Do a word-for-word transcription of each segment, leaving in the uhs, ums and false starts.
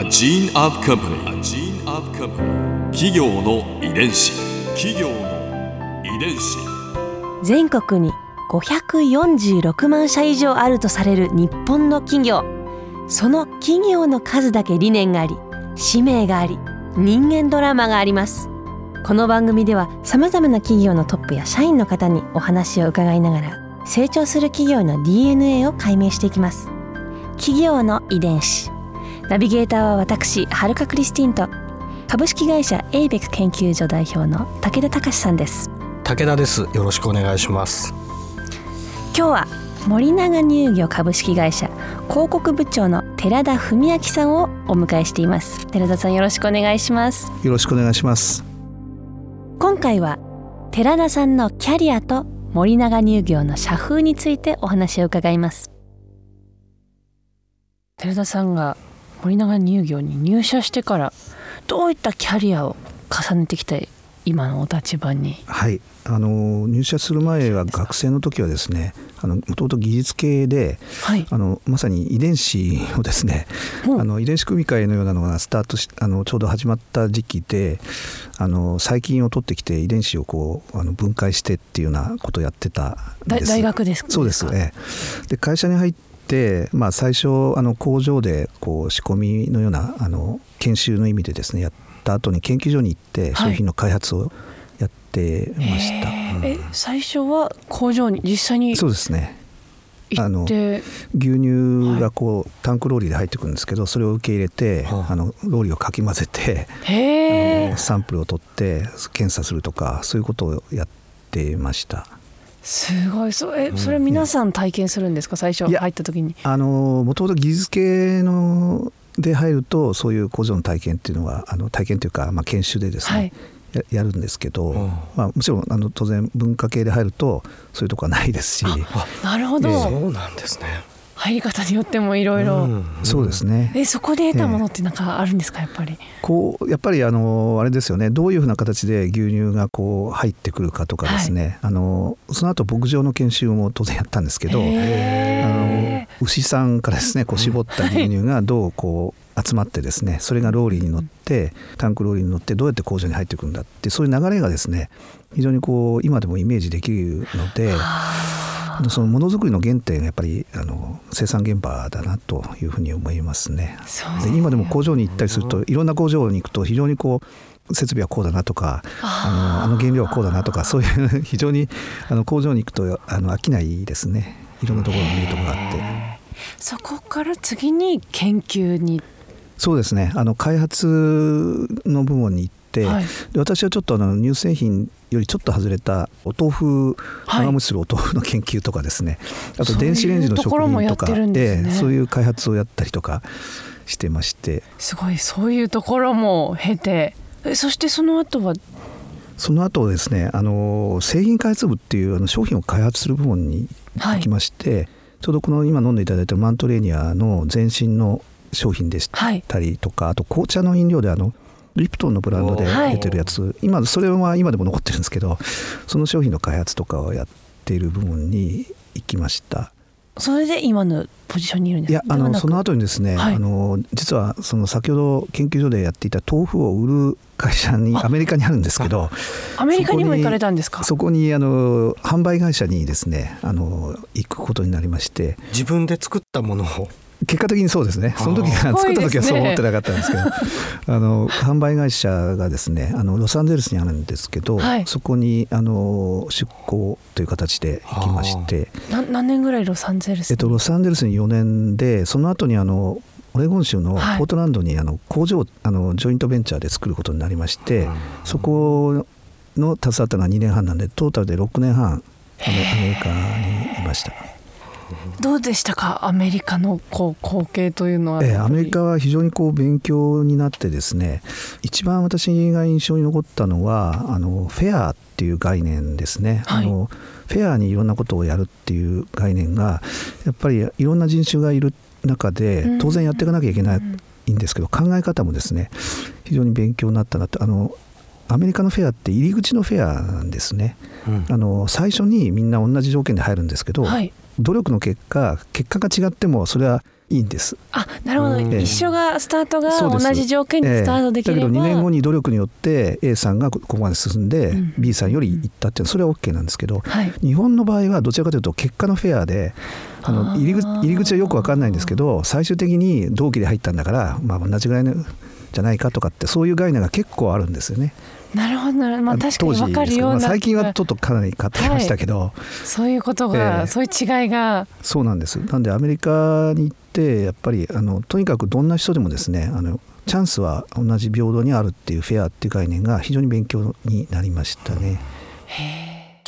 gene of company. A gene of company. 企業の遺伝子。企業の遺伝子。 全国にごひゃくよんじゅうろくまんしゃ以上あるとされる日本の企業。その企業の数だけ理念があり、使命があり、人間ドラマがあります。この番組ではさまざまな企業のトップや社員の方にお話を伺いながら、成長する企業の ディーエヌエー を解明していきます。企業の遺伝子。ナビゲーターは私、はるかクリスティンと株式会社エイベック研究所代表の武田隆さんです。 武田です。よろしくお願いします。 今日は森永乳業株式会社広告部長の寺田文明さんをお迎えしています。寺田さん、よろしくお願いします。 よろしくお願いします。 今回は寺田さんのキャリアと森永乳業の社風についてお話を伺います。寺田さんが森永乳業に入社してからどういったキャリアを重ねてきた今のお立場に。 はい、あの入社する前は学生の時はですね、もともと技術系で、はい、あのまさに遺伝子をですね、うん、あの遺伝子組み換えのようなのがスタートしあのちょうど始まった時期で、あの細菌を取ってきて遺伝子をこうあの分解してっていうようなことをやってたんです。 大学ですか？ そうですね。で会社に入ってでまあ、最初あの工場でこう仕込みのようなあの研修の意味でですねやった後に研究所に行って商品の開発をやってました、 はいうん、え最初は工場に実際にそうですねあの牛乳がこうタンクローリーで入ってくるんですけど、それを受け入れて、はい、あのローリーをかき混ぜてあのサンプルを取って検査するとかそういうことをやってました。 すごい。そえそれ皆さん体験するんですか？最初入った時に。 あのもともと技術系ので入るとそういう工場の体験っていうのはあの体験というか、まあ、研修でですね、はい、や, やるんですけど、うんまあ、もちろんあの当然文化系で入るとそういうとこはないですし。 なるほど、 えー、そうなんですね。 入り方によってもいろいろ。 そうですね。 えそこで得たものって何かあるんですか？やっぱりこうやっぱりあのあれですよね、どういうふうな形で牛乳がこう入ってくるかとかですね、はい、あのその後牧場の研修も当然やったんですけど、あの牛さんからですねこう絞った牛乳がどうこう集まってですね、それがローリーに乗ってタンクローリーに乗ってどうやって工場に入ってくるんだって、そういう流れがですね非常にこう今でもイメージできるので、そのものづくりの原点がやっぱりあの生産現場だなというふうに思いますね。で今でも工場に行ったりするといろんな工場に行くと非常にこう設備はこうだなとかあの、あの原料はこうだなとかそういう非常にあの工場に行くとあの飽きないですね。いろんなところを見るところがあって、 そこから次に研究に。 そうですね、あの開発の部門に行って、はい、で私はちょっとあの乳製品よりちょっと外れたお豆腐、長持ちするお豆腐の研究とかですね、はい、あと電子レンジの食品とかそういうところもやってるんですね。そういう開発をやったりとかしてまして、 すごいそういうところも経て、そしてその後はその後ですね、あの製品開発部っていうあの商品を開発する部門に行きまして、はい、ちょうどこの今飲んでいただいたマントレーニアの前身の商品でしたりとか、はい、あと紅茶の飲料であのリプトンのブランドで出てるやつ、はい、今それは今でも残ってるんですけど、その商品の開発とかをやっている部門に行きました。 それで今のポジションにいるんですか？ いや、あのその後にですね、はい、あの実はその先ほど研究所でやっていた豆腐を売る会社にアメリカにあるんですけど、 アメリカにも行かれたんですか？ そこにあの販売会社にですねあの行くことになりまして、 自分で作ったものを結果的にそうですね。その時が作った時はそう思ってなかったんですけど、あの販売会社がですねあのロサンゼルスにあるんですけど、はい、そこにあの出向という形で行きまして、 な何年ぐらいロサンゼルスに、 えっと、ロサンゼルスによねんで、その後にあのオレゴン州のポートランドにあの工場をあのジョイントベンチャーで作ることになりまして、はい、そこの携わったのがにねんはんなんでトータルでろくねんはんアメリカにいました。 どうでしたか？アメリカのこう光景というのは。 えー、アメリカは非常にこう勉強になってですね、一番私が印象に残ったのはあのフェアっていう概念ですね。はい、あのフェアにいろんなことをやるっていう概念がやっぱりいろんな人種がいる中で当然やっていかなきゃいけないんですけど、考え方もですね非常に勉強になったなと。あのアメリカのフェアって入り口のフェアなんですね。うん、あの最初にみんな同じ条件で入るんですけど、はい、 努力の結果結果が違ってもそれはいいんです。 あ、なるほど、 うん一緒がスタートが同じ条件でスタートできれば、 ええ、だけどにねんごに努力によって A さんがここまで進んで、うん、B さんより行ったっていうのはそれは OK なんですけど、はい、日本の場合はどちらかというと結果のフェアであの入り口、入り口はよく分かんないんですけど最終的に同期で入ったんだから、まあ、同じぐらいのじゃないかとかってそういう概念が結構あるんですよね。 なるほどなるほど、まあ、確かに分かるような、まあ、 最近はちょっとかなり変わってきましたけど、はい、 そういうことが、えー、そういう違いがそうなんです。なんでアメリカに行ってやっぱりあのとにかくどんな人でもですねあのチャンスは同じ平等にあるっていうフェアっていう概念が非常に勉強になりましたね。 へ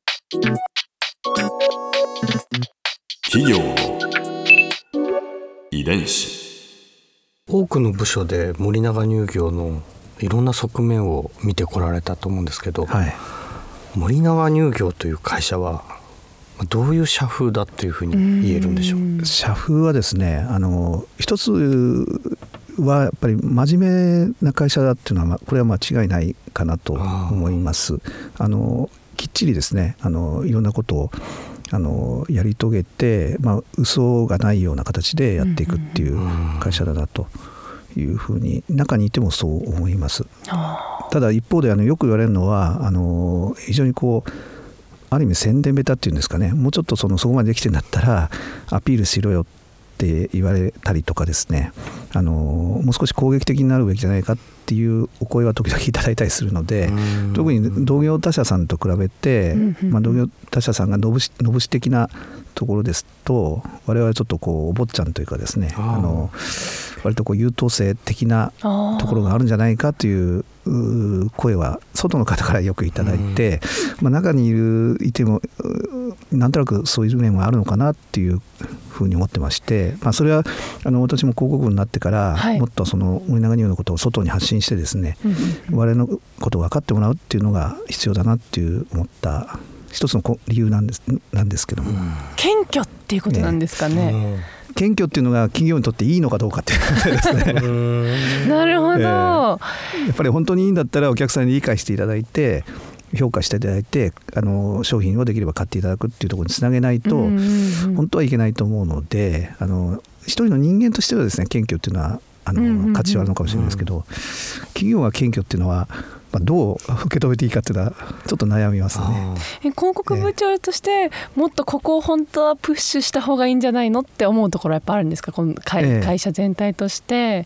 企業の遺伝子。 多くの部署で森永乳業のいろんな側面を見てこられたと思うんですけど、はい、森永乳業という会社はどういう社風だというふうに言えるんでしょう。 社風はですねあの一つはやっぱり真面目な会社だっていうのはこれは間違いないかなと思います。あのきっちりですねあのいろんなことをあのやり遂げて、まあ、嘘がないような形でやっていくっていう会社だなというふうに中にいてもそう思います。ただ一方であのよく言われるのはあの非常にこうある意味宣伝ベタっていうんですかね、もうちょっとそのそこまでできてんだったらアピールしろよって言われたりとかですね、あのもう少し攻撃的になるべきじゃないかっていうお声は時々いただいたりするので、特に同業他社さんと比べて、まあ、同業他社さんがのぶし、のぶし的なところですと我々はちょっとこうお坊ちゃんというかですねあの割とこう優等生的なところがあるんじゃないかという声は外の方からよくいただいて、まあ、中にいるいてもなんとなくそういう面もあるのかなっていうふうに思ってまして、まあ、それはあの私も広告部になってから、はい、もっとその森永乳業のことを外に発信してですね、うん、我々のことを分かってもらうっていうのが必要だなっていう思った一つの理由なんです、なんですけども、うん、 謙虚っていうことなんですかね、 ね、謙虚っていうのが企業にとっていいのかどうかっていうことですねなるほど、えー、 やっぱり本当にいいんだったらお客さんに理解していただいて評価していただいてあの商品をできれば買っていただくっていうところにつなげないと、うんうんうん、本当はいけないと思うのであの一人の人間としてはですね謙虚っていうのはあの、うんうんうん、価値はあるのかもしれないですけど、うん、企業が謙虚っていうのはまあ、どう受け止めていいかっていうのはちょっと悩みますね。 え広告部長としてもっとここを本当はプッシュした方がいいんじゃないのって思うところはやっぱあるんですか、この 会,、ええ、会社全体として。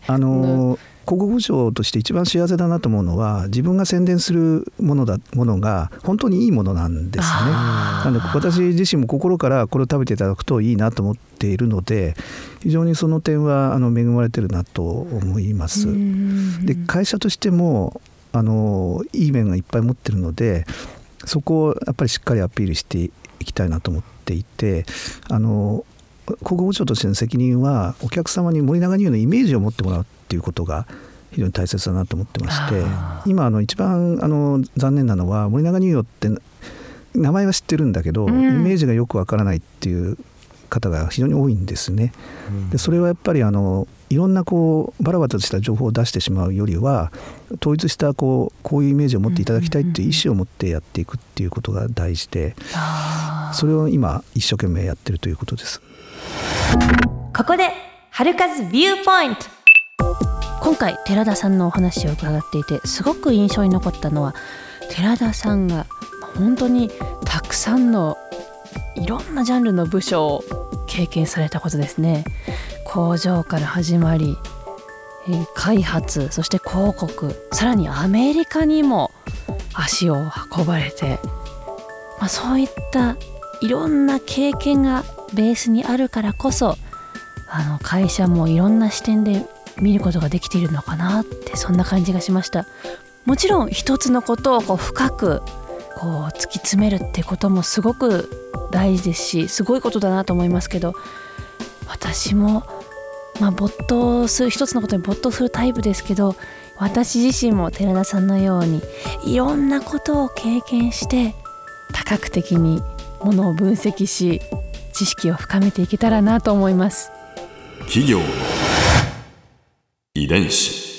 あの広告部長として一番幸せだなと思うのは自分が宣伝するものだものが本当にいいものなんですね。なので私自身も心からこれを食べていただくといいなと思っているので非常にその点はあの恵まれてるなと思います。で会社としてもあのいい面がいっぱい持ってるのでそこをやっぱりしっかりアピールしていきたいなと思っていて、あの広告部長としての責任はお客様に森永乳業のイメージを持ってもらうっていうことが非常に大切だなと思ってまして、今あの一番あの残念なのは森永乳業って名前は知ってるんだけど、うん、イメージがよくわからないっていう方が非常に多いんですね。でそれはやっぱりあのいろんなこうバラバラとした情報を出してしまうよりは統一したこう、こういうイメージを持っていただきたいっていう意思を持ってやっていくっていうことが大事で、それを今一生懸命やってるということです。 ここで春風ビューポイント。今回寺田さんのお話を伺っていてすごく印象に残ったのは寺田さんが本当にたくさんのいろんなジャンルの部署を経験されたことですね。工場から始まり、えー、開発、そして広告、さらにアメリカにも足を運ばれて、まあ、そういったいろんな経験がベースにあるからこそあの会社もいろんな視点で見ることができているのかなって、そんな感じがしました。もちろん一つのことをこう深くこう突き詰めるってこともすごく大事ですしすごいことだなと思いますけど、私もまあ没頭する一つのことに没頭するタイプですけど、私自身も寺田さんのようにいろんなことを経験して多角的にものを分析し知識を深めていけたらなと思います。 企業の遺伝子。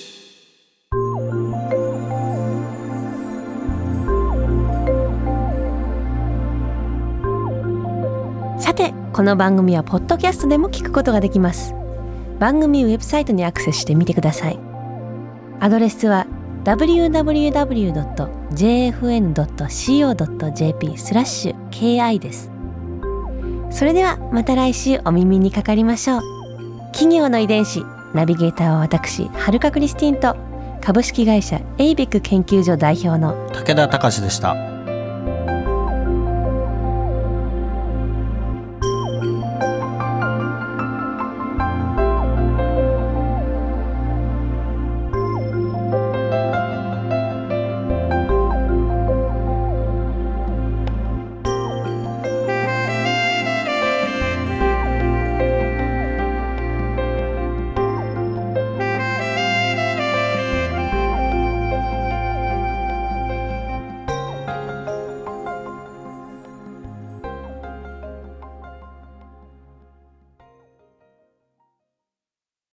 さてこの番組はポッドキャストでも聞くことができます。番組ウェブサイトにアクセスしてみてください。アドレスは ダブリューダブリューダブリュードットジェーエフエヌドットシーオードットジェーピー スラッシュ ケーアイ です。それではまた来週お耳にかかりましょう。企業の遺伝子、ナビゲーターは私はるかクリスティンと株式会社エイベック研究所代表の武田隆でした。